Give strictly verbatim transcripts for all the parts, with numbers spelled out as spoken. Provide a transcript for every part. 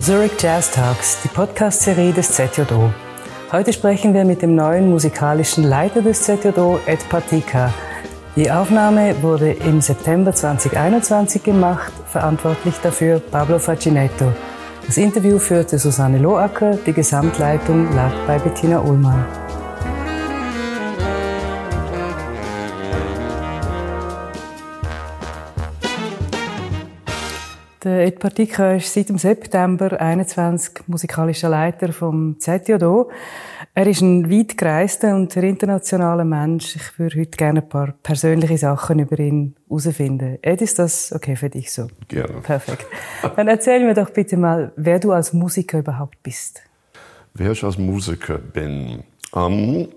Zurich Jazz Talks, die Podcast-Serie des Z J O. Heute sprechen wir mit dem neuen musikalischen Leiter des Z J O, Ed Partyka. Die Aufnahme wurde im September zweitausendeinundzwanzig gemacht, verantwortlich dafür Pablo Facinetto. Das Interview führte Susanne Loacker, die Gesamtleitung lag bei Bettina Ullmann. Der Ed Partyka ist seit dem September einundzwanzig musikalischer Leiter vom Z J O. Er ist ein weit gereister und sehr internationaler Mensch. Ich würde heute gerne ein paar persönliche Sachen über ihn herausfinden. Ed, ist das okay für dich so? Gerne. Perfekt. Dann erzähl mir doch bitte mal, wer du als Musiker überhaupt bist. Wer ich als Musiker bin? Ähm,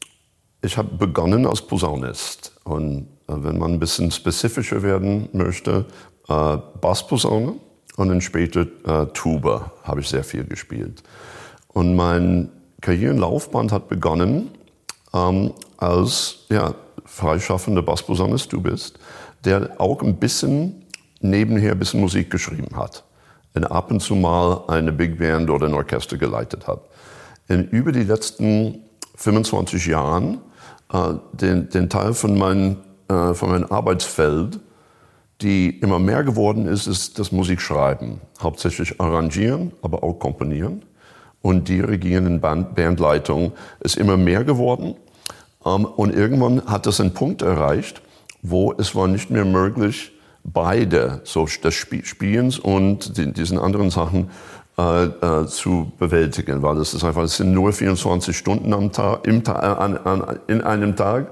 ich habe begonnen als Posaunist. Und äh, wenn man ein bisschen spezifischer werden möchte, äh, Bassposaune und dann später äh, Tuba habe ich sehr viel gespielt. Und mein Karrierenlaufbahn hat begonnen ähm, als ja, freischaffender Bassposaunist, du bist, der auch ein bisschen nebenher ein bisschen Musik geschrieben hat. Und ab und zu mal eine Big Band oder ein Orchester geleitet hat. Und über die letzten fünfundzwanzig Jahren äh, den, den Teil von, mein, äh, von meinem Arbeitsfeld, die immer mehr geworden ist, ist das Musikschreiben. Hauptsächlich arrangieren, aber auch komponieren. Und dirigieren in Band, Bandleitung ist immer mehr geworden. Um, und irgendwann hat das einen Punkt erreicht, wo es war nicht mehr möglich, beide, so das Sp- Spielens und die, diesen anderen Sachen äh, äh, zu bewältigen. Weil das ist einfach, es sind nur vierundzwanzig Stunden am Tag, im Ta- an, an, in einem Tag.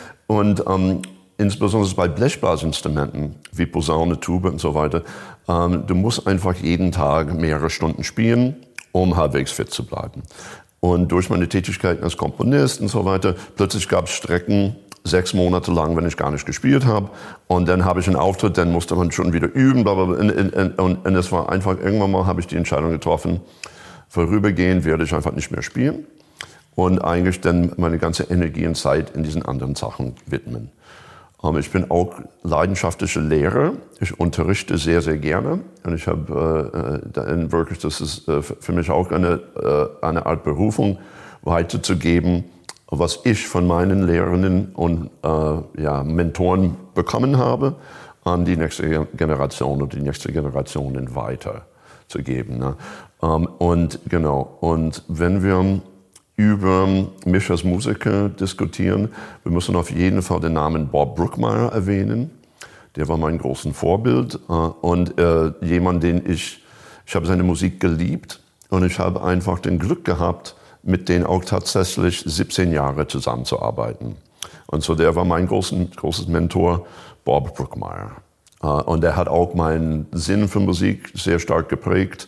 Und um, insbesondere bei Blechblasinstrumenten wie Posaune, Tuba und so weiter, ähm, du musst einfach jeden Tag mehrere Stunden spielen, um halbwegs fit zu bleiben. Und durch meine Tätigkeiten als Komponist und so weiter, plötzlich gab es Strecken, sechs Monate lang, wenn ich gar nicht gespielt habe. Und dann habe ich einen Auftritt, dann musste man schon wieder üben. Blablabla. Und, und, und, und es war einfach, irgendwann mal habe ich die Entscheidung getroffen, vorübergehend werde ich einfach nicht mehr spielen. Und eigentlich dann meine ganze Energie und Zeit in diesen anderen Sachen widmen. Ich bin auch leidenschaftlicher Lehrer. Ich unterrichte sehr, sehr gerne. Und ich habe äh, wirklich, das ist äh, für mich auch eine, äh, eine Art Berufung, weiterzugeben, was ich von meinen Lehrerinnen und äh, ja, Mentoren bekommen habe, an die nächste Generation und die nächste Generation weiterzugeben. Ne? Ähm, und genau. Und wenn wir über mich als Musiker diskutieren. Wir müssen auf jeden Fall den Namen Bob Brookmeyer erwähnen. Der war mein großes Vorbild und äh, jemand, den ich, ich habe seine Musik geliebt und ich habe einfach den Glück gehabt, mit denen auch tatsächlich siebzehn Jahre zusammenzuarbeiten. Und so der war mein großen, großes Mentor, Bob Brookmeyer. Und er hat auch meinen Sinn für Musik sehr stark geprägt.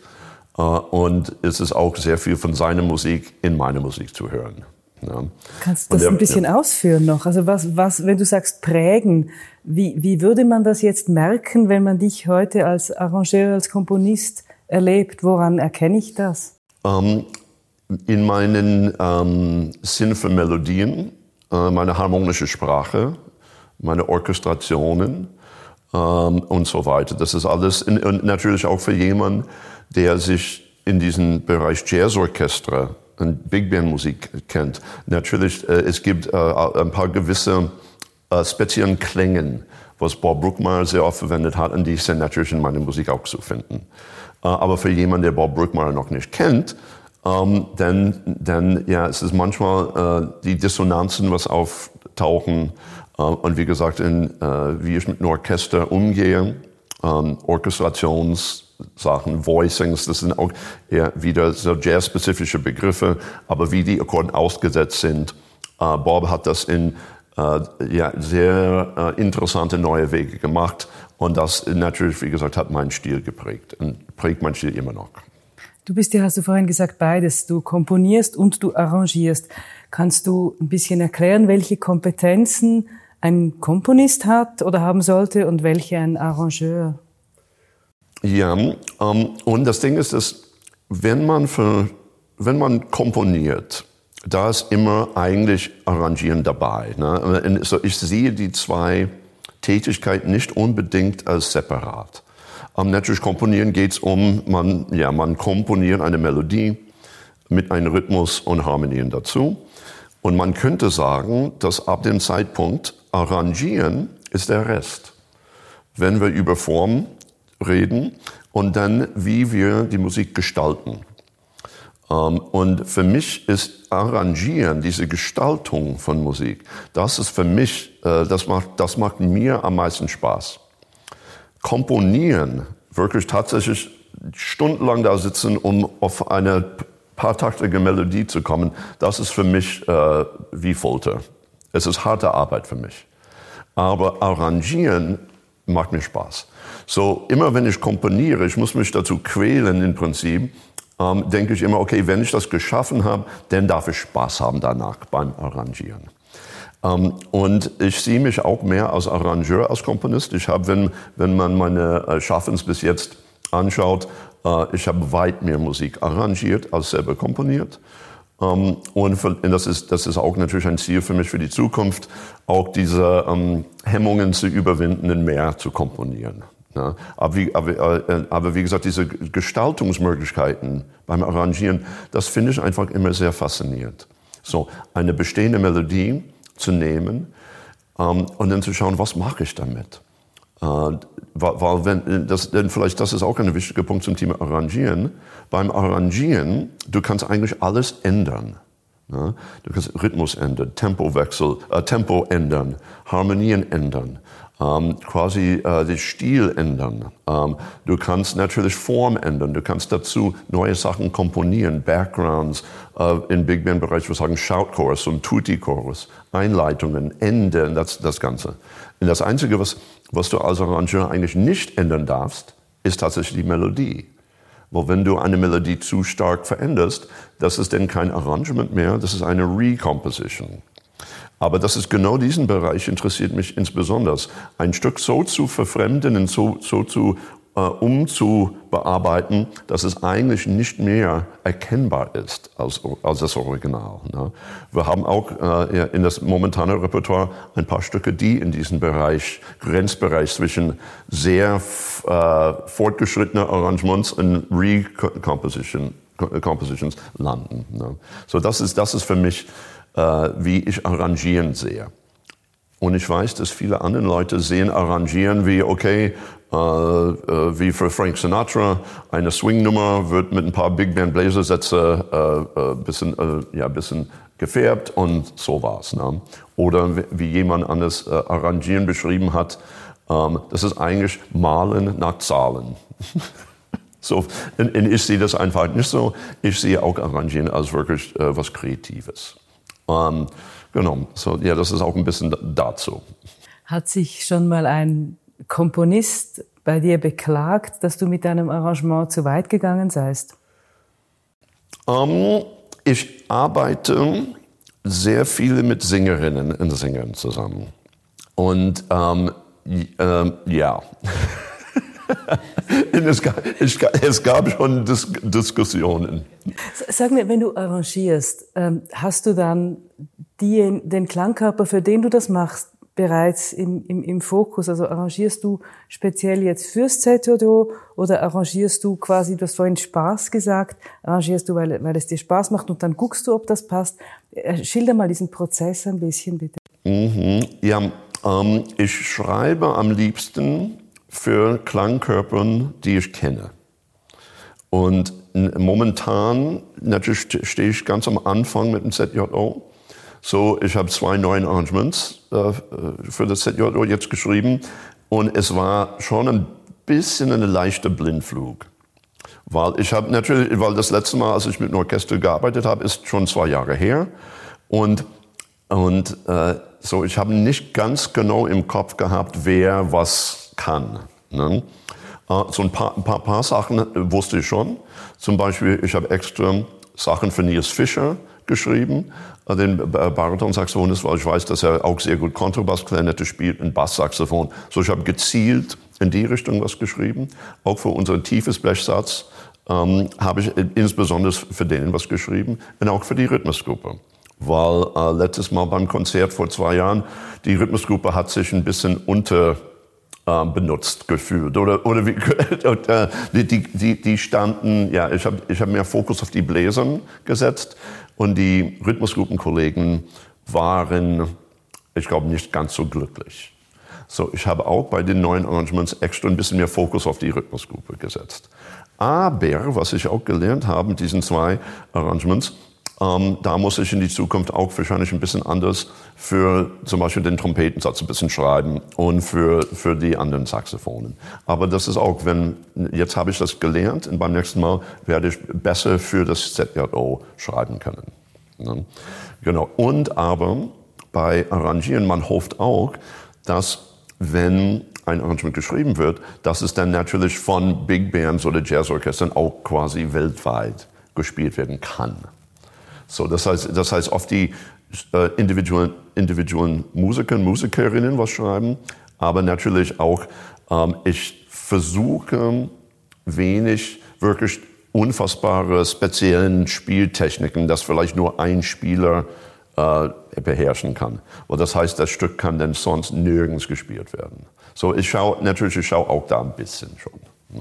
Und es ist auch sehr viel von seiner Musik in meiner Musik zu hören. Ja. Kannst du das der, ein bisschen ja. ausführen noch? Also was, was, wenn du sagst prägen, wie, wie würde man das jetzt merken, wenn man dich heute als Arrangeur, als Komponist erlebt? Woran erkenne ich das? Ähm, in meinen ähm, Sinn für Melodien, äh, meine harmonische Sprache, meine Orchestrationen ähm, und so weiter. Das ist alles, in, und natürlich auch für jemanden, der sich in diesem Bereich Jazzorchester und Big Band Musik kennt. Natürlich, äh, es gibt äh, ein paar gewisse äh, speziellen Klängen, was Bob Brookmeyer sehr oft verwendet hat, und die sind natürlich in meiner Musik auch zu finden. Äh, aber für jemanden, der Bob Brookmeyer noch nicht kennt, ähm, dann, dann, ja, es ist manchmal äh, die Dissonanzen, was auftauchen. Äh, und wie gesagt, in, äh, wie ich mit einem Orchester umgehe, ähm, Orchestrations Sachen, Voicings, das sind auch eher wieder so jazz-spezifische Begriffe, aber wie die Akkorde ausgesetzt sind. Äh, Bob hat das in äh, ja, sehr äh, interessante neue Wege gemacht und das natürlich, wie gesagt, hat meinen Stil geprägt und prägt meinen Stil immer noch. Du bist ja, hast du vorhin gesagt, beides. Du komponierst und du arrangierst. Kannst du ein bisschen erklären, welche Kompetenzen ein Komponist hat oder haben sollte und welche ein Arrangeur? Ja, ähm, und das Ding ist, dass wenn man, für, wenn man komponiert, da ist immer eigentlich Arrangieren dabei. Ne? Ich sehe die zwei Tätigkeiten nicht unbedingt als separat. Am natürlich Komponieren geht es um, man, ja, man komponiert eine Melodie mit einem Rhythmus und Harmonien dazu. Und man könnte sagen, dass ab dem Zeitpunkt Arrangieren ist der Rest. Wenn wir über Form reden und dann, wie wir die Musik gestalten. Und für mich ist Arrangieren, diese Gestaltung von Musik, das ist für mich, das macht, das macht mir am meisten Spaß. Komponieren, wirklich tatsächlich stundenlang da sitzen, um auf eine paartaktige Melodie zu kommen, das ist für mich äh, wie Folter. Es ist harte Arbeit für mich. Aber Arrangieren macht mir Spaß. So, immer wenn ich komponiere, ich muss mich dazu quälen im Prinzip, ähm, denke ich immer, okay, wenn ich das geschaffen habe, dann darf ich Spaß haben danach beim Arrangieren. Um, und ich sehe mich auch mehr als Arrangeur, als Komponist. Ich habe, wenn, wenn man meine äh, Schaffens bis jetzt anschaut, äh, ich habe weit mehr Musik arrangiert als selber komponiert. Um, und, für, und das ist, das ist auch natürlich ein Ziel für mich für die Zukunft, auch diese ähm, Hemmungen zu überwinden und mehr zu komponieren. Ja, aber, wie, aber, äh, aber wie gesagt, diese Gestaltungsmöglichkeiten beim Arrangieren, das finde ich einfach immer sehr faszinierend. So, eine bestehende Melodie zu nehmen ähm, und dann zu schauen, was mache ich damit? Äh, weil wenn, das, denn vielleicht das ist auch ein wichtiger Punkt zum Thema Arrangieren. Beim Arrangieren, du kannst eigentlich alles ändern. Ne? Du kannst Rhythmus ändern, Tempowechsel, äh, Tempo ändern, Harmonien ändern, ähm, quasi äh, den Stil ändern. Ähm, du kannst natürlich Form ändern, du kannst dazu neue Sachen komponieren, Backgrounds, äh, im Big Band Bereich, wir sagen Shout-Chorus und Tutti-Chorus, Einleitungen, Enden, das, das Ganze. Und das Einzige, was, was du als Arrangeur eigentlich nicht ändern darfst, ist tatsächlich die Melodie. Weil wenn du eine Melodie zu stark veränderst, das ist dann kein Arrangement mehr, das ist eine Recomposition. Aber das ist genau diesen Bereich interessiert mich insbesondere. Ein Stück so zu verfremden und so, so zu äh, umzubearbeiten, dass es eigentlich nicht mehr erkennbar ist als, als das Original. Ne? Wir haben auch äh, in das momentane Repertoire ein paar Stücke, die in diesem Bereich, Grenzbereich zwischen sehr äh, fortgeschrittenen Arrangements und Recomposition, Compositions landen. Ne? So das ist, das ist für mich wie ich Arrangieren sehe. Und ich weiß, dass viele andere Leute sehen Arrangieren wie, okay, äh, äh, wie für Frank Sinatra, eine Swing-Nummer wird mit ein paar Big Band Bläsersätze äh, äh, bisschen, äh, ja, bisschen gefärbt und so war's. Ne? Oder wie jemand anderes äh, Arrangieren beschrieben hat, ähm, das ist eigentlich Malen nach Zahlen. So, und, und ich sehe das einfach nicht so. Ich sehe auch Arrangieren als wirklich äh, was Kreatives. Um, genau, so, ja, das ist auch ein bisschen dazu. Hat sich schon mal ein Komponist bei dir beklagt, dass du mit deinem Arrangement zu weit gegangen seist? Um, ich arbeite sehr viel mit Sängerinnen und Sängern zusammen. Und um, äh, ja, es, gab, es gab schon Dis- Diskussionen. Sag mir, wenn du arrangierst, hast du dann die, den Klangkörper, für den du das machst, bereits im, im, im Fokus? Also arrangierst du speziell jetzt fürs Z J O oder arrangierst du quasi, du hast vorhin Spaß gesagt, arrangierst du, weil, weil es dir Spaß macht und dann guckst du, ob das passt? Schilder mal diesen Prozess ein bisschen, bitte. Mhm. Ja, ähm, ich schreibe am liebsten für Klangkörpern, die ich kenne. Und momentan, natürlich stehe ich ganz am Anfang mit dem Z J O. So, ich habe zwei neue Arrangements äh, für das Z J O jetzt geschrieben. Und es war schon ein bisschen ein leichter Blindflug. Weil ich habe natürlich, weil das letzte Mal, als ich mit einem Orchester gearbeitet habe, ist schon zwei Jahre her. Und, und äh, so, ich habe nicht ganz genau im Kopf gehabt, wer was kann. Ne? So ein paar, ein paar, paar Sachen wusste ich schon. Zum Beispiel, ich habe extra Sachen für Niels Fischer geschrieben, den Bariton-Saxophonist, weil ich weiß, dass er auch sehr gut Kontrabass-Klarinette spielt und Basssaxophon. So, ich habe gezielt in die Richtung was geschrieben. Auch für unseren tiefes Blechsatz ähm, habe ich insbesondere für den was geschrieben und auch für die Rhythmusgruppe. Weil äh, letztes Mal beim Konzert vor zwei Jahren, die Rhythmusgruppe hat sich ein bisschen unter äh, benutzt gefühlt. Oder, oder wie, und, äh, die, die, die standen, ja, ich habe ich hab mehr Fokus auf die Bläser gesetzt und die Rhythmusgruppenkollegen waren, ich glaube, nicht ganz so glücklich. So, ich habe auch bei den neuen Arrangements extra ein bisschen mehr Fokus auf die Rhythmusgruppe gesetzt. Aber, was ich auch gelernt habe mit diesen zwei Arrangements, ähm, da muss ich in die Zukunft auch wahrscheinlich ein bisschen anders für zum Beispiel den Trompetensatz ein bisschen schreiben und für, für die anderen Saxophonen. Aber das ist auch, wenn, jetzt habe ich das gelernt und beim nächsten Mal werde ich besser für das Z J O schreiben können. Ja, genau. Und aber bei Arrangieren, man hofft auch, dass wenn ein Arrangement geschrieben wird, dass es dann natürlich von Big Bands oder Jazzorchestern auch quasi weltweit gespielt werden kann. So, das heißt, das heißt oft die äh, individuellen, individuellen Musiker und Musikerinnen was schreiben, aber natürlich auch, ähm, ich versuche wenig wirklich unfassbare speziellen Spieltechniken, dass vielleicht nur ein Spieler äh, beherrschen kann. Und das heißt, das Stück kann dann sonst nirgends gespielt werden. So, ich schaue natürlich, ich schaue auch da ein bisschen schon. Ne?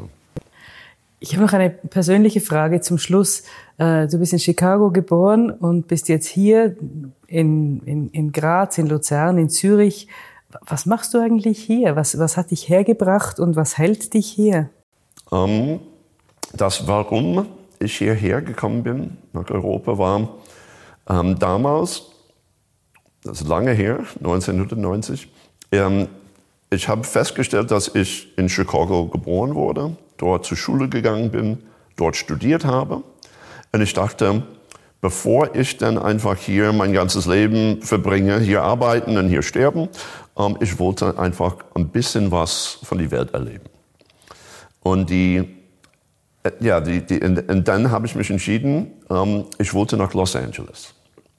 Ich habe noch eine persönliche Frage zum Schluss. Du bist in Chicago geboren und bist jetzt hier in, in, in Graz, in Luzern, in Zürich. Was machst du eigentlich hier? Was, was hat dich hergebracht und was hält dich hier? Um, das, warum ich hierher gekommen bin, nach Europa, war ähm, damals, das ist lange her, neunzehnhundertneunzig, ähm, ich habe festgestellt, dass ich in Chicago geboren wurde, dort zur Schule gegangen bin, dort studiert habe. Und ich dachte, bevor ich dann einfach hier mein ganzes Leben verbringe, hier arbeiten und hier sterben, ähm, ich wollte einfach ein bisschen was von der Welt erleben. Und, die, äh, ja, die, die, und, und dann habe ich mich entschieden, ähm, ich wollte nach Los Angeles.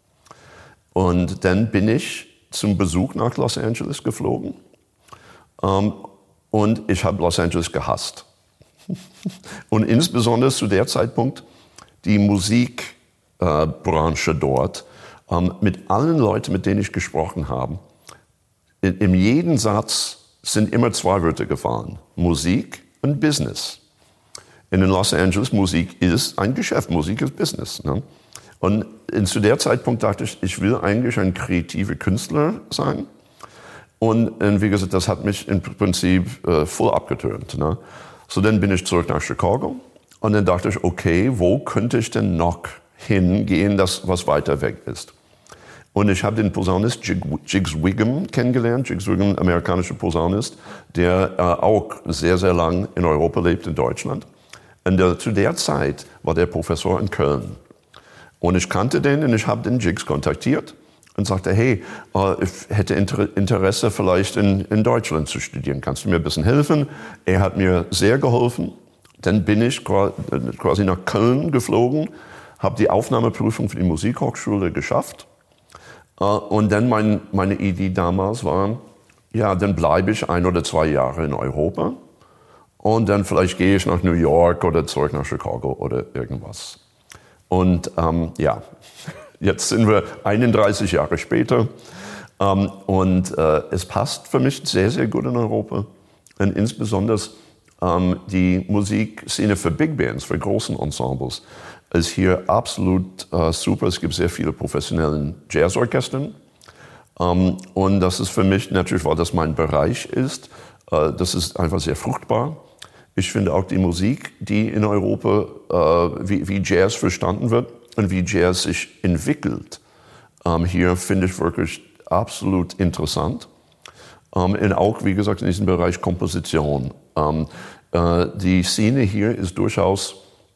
Und dann bin ich zum Besuch nach Los Angeles geflogen. Um, und ich habe Los Angeles gehasst. Und insbesondere zu der Zeitpunkt die Musikbranche äh, dort, um, mit allen Leuten, mit denen ich gesprochen habe, in, in jedem Satz sind immer zwei Wörter gefallen. Musik und Business. In Los Angeles, Musik ist ein Geschäft, Musik ist Business. Ne? Und in, zu der Zeitpunkt dachte ich, ich will eigentlich ein kreativer Künstler sein. Und, und wie gesagt, das hat mich im Prinzip äh, voll abgetönt. Ne? So, dann bin ich zurück nach Chicago und dann dachte ich, okay, wo könnte ich denn noch hingehen, das was weiter weg ist? Und ich habe den Posaunist Jiggs Whigham kennengelernt, Jiggs Whigham, amerikanischer Posaunist, der äh, auch sehr, sehr lang in Europa lebt, in Deutschland. Und der, zu der Zeit war der Professor in Köln. Und ich kannte den und ich habe den Jiggs kontaktiert. Und sagte, hey, ich hätte Interesse vielleicht in, in Deutschland zu studieren. Kannst du mir ein bisschen helfen? Er hat mir sehr geholfen. Dann bin ich quasi nach Köln geflogen, habe die Aufnahmeprüfung für die Musikhochschule geschafft. Und dann mein, meine Idee damals war, ja, dann bleibe ich ein oder zwei Jahre in Europa. Und dann vielleicht gehe ich nach New York oder zurück nach Chicago oder irgendwas. Und ähm, ja... Jetzt sind wir einunddreißig Jahre später ähm, und äh, es passt für mich sehr, sehr gut in Europa. Und insbesondere ähm, die Musikszene für Big Bands, für großen Ensembles, ist hier absolut äh, super. Es gibt sehr viele professionelle Jazzorchestern. Ähm, und das ist für mich natürlich, weil das mein Bereich ist, äh, das ist einfach sehr fruchtbar. Ich finde auch die Musik, die in Europa äh, wie, wie Jazz verstanden wird, und wie Jazz sich entwickelt, ähm, hier finde ich wirklich absolut interessant. Ähm, und auch, wie gesagt, in diesem Bereich Komposition. Ähm, äh, die Szene hier ist durchaus,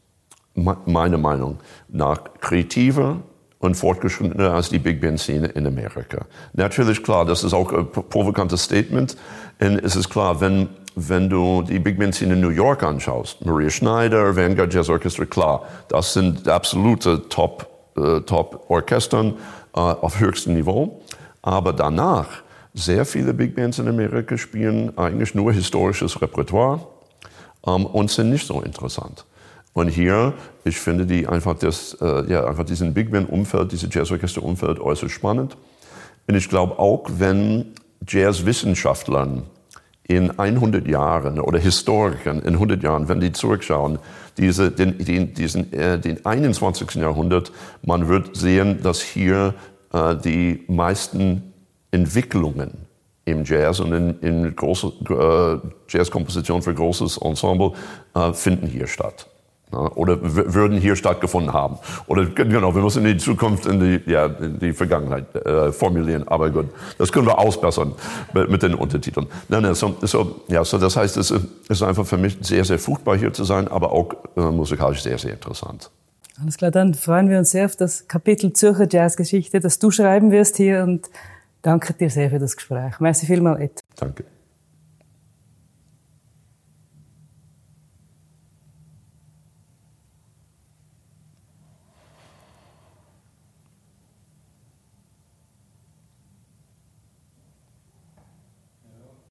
meiner Meinung nach, kreativer und fortgeschrittener als die Big Band-Szene in Amerika. Natürlich, klar, das ist auch ein provokantes Statement. Und es ist klar, wenn Wenn du die Big Band-Szene in New York anschaust, Maria Schneider, Vanguard Jazz Orchestra, klar, das sind absolute Top, äh, Top-Orchestern äh, auf höchstem Niveau. Aber danach, sehr viele Big Bands in Amerika spielen eigentlich nur historisches Repertoire ähm, und sind nicht so interessant. Und hier, ich finde die einfach, das, äh, ja, einfach diesen Big Band-Umfeld, diese Jazz-Orchester-Umfeld äußerst spannend. Und ich glaube auch, wenn Jazzwissenschaftlern in hundert Jahren oder Historikern in hundert Jahren, wenn die zurückschauen, diese, den, den, diesen, äh, den einundzwanzigsten Jahrhundert, man wird sehen, dass hier äh, die meisten Entwicklungen im Jazz und in, in große äh, Jazzkomposition für großes Ensemble äh, finden hier statt. Oder würden hier stattgefunden haben. Oder genau, wir müssen in die Zukunft, in die, ja, in die Vergangenheit äh, formulieren. Aber gut, das können wir ausbessern mit, mit den Untertiteln. Nein, nein, so, so, ja, so das heißt, es ist einfach für mich sehr, sehr fruchtbar hier zu sein, aber auch äh, musikalisch sehr, sehr interessant. Alles klar, dann freuen wir uns sehr auf das Kapitel Zürcher Jazzgeschichte, das du schreiben wirst hier, und danke dir sehr für das Gespräch. Merci vielmals, Ed. Danke.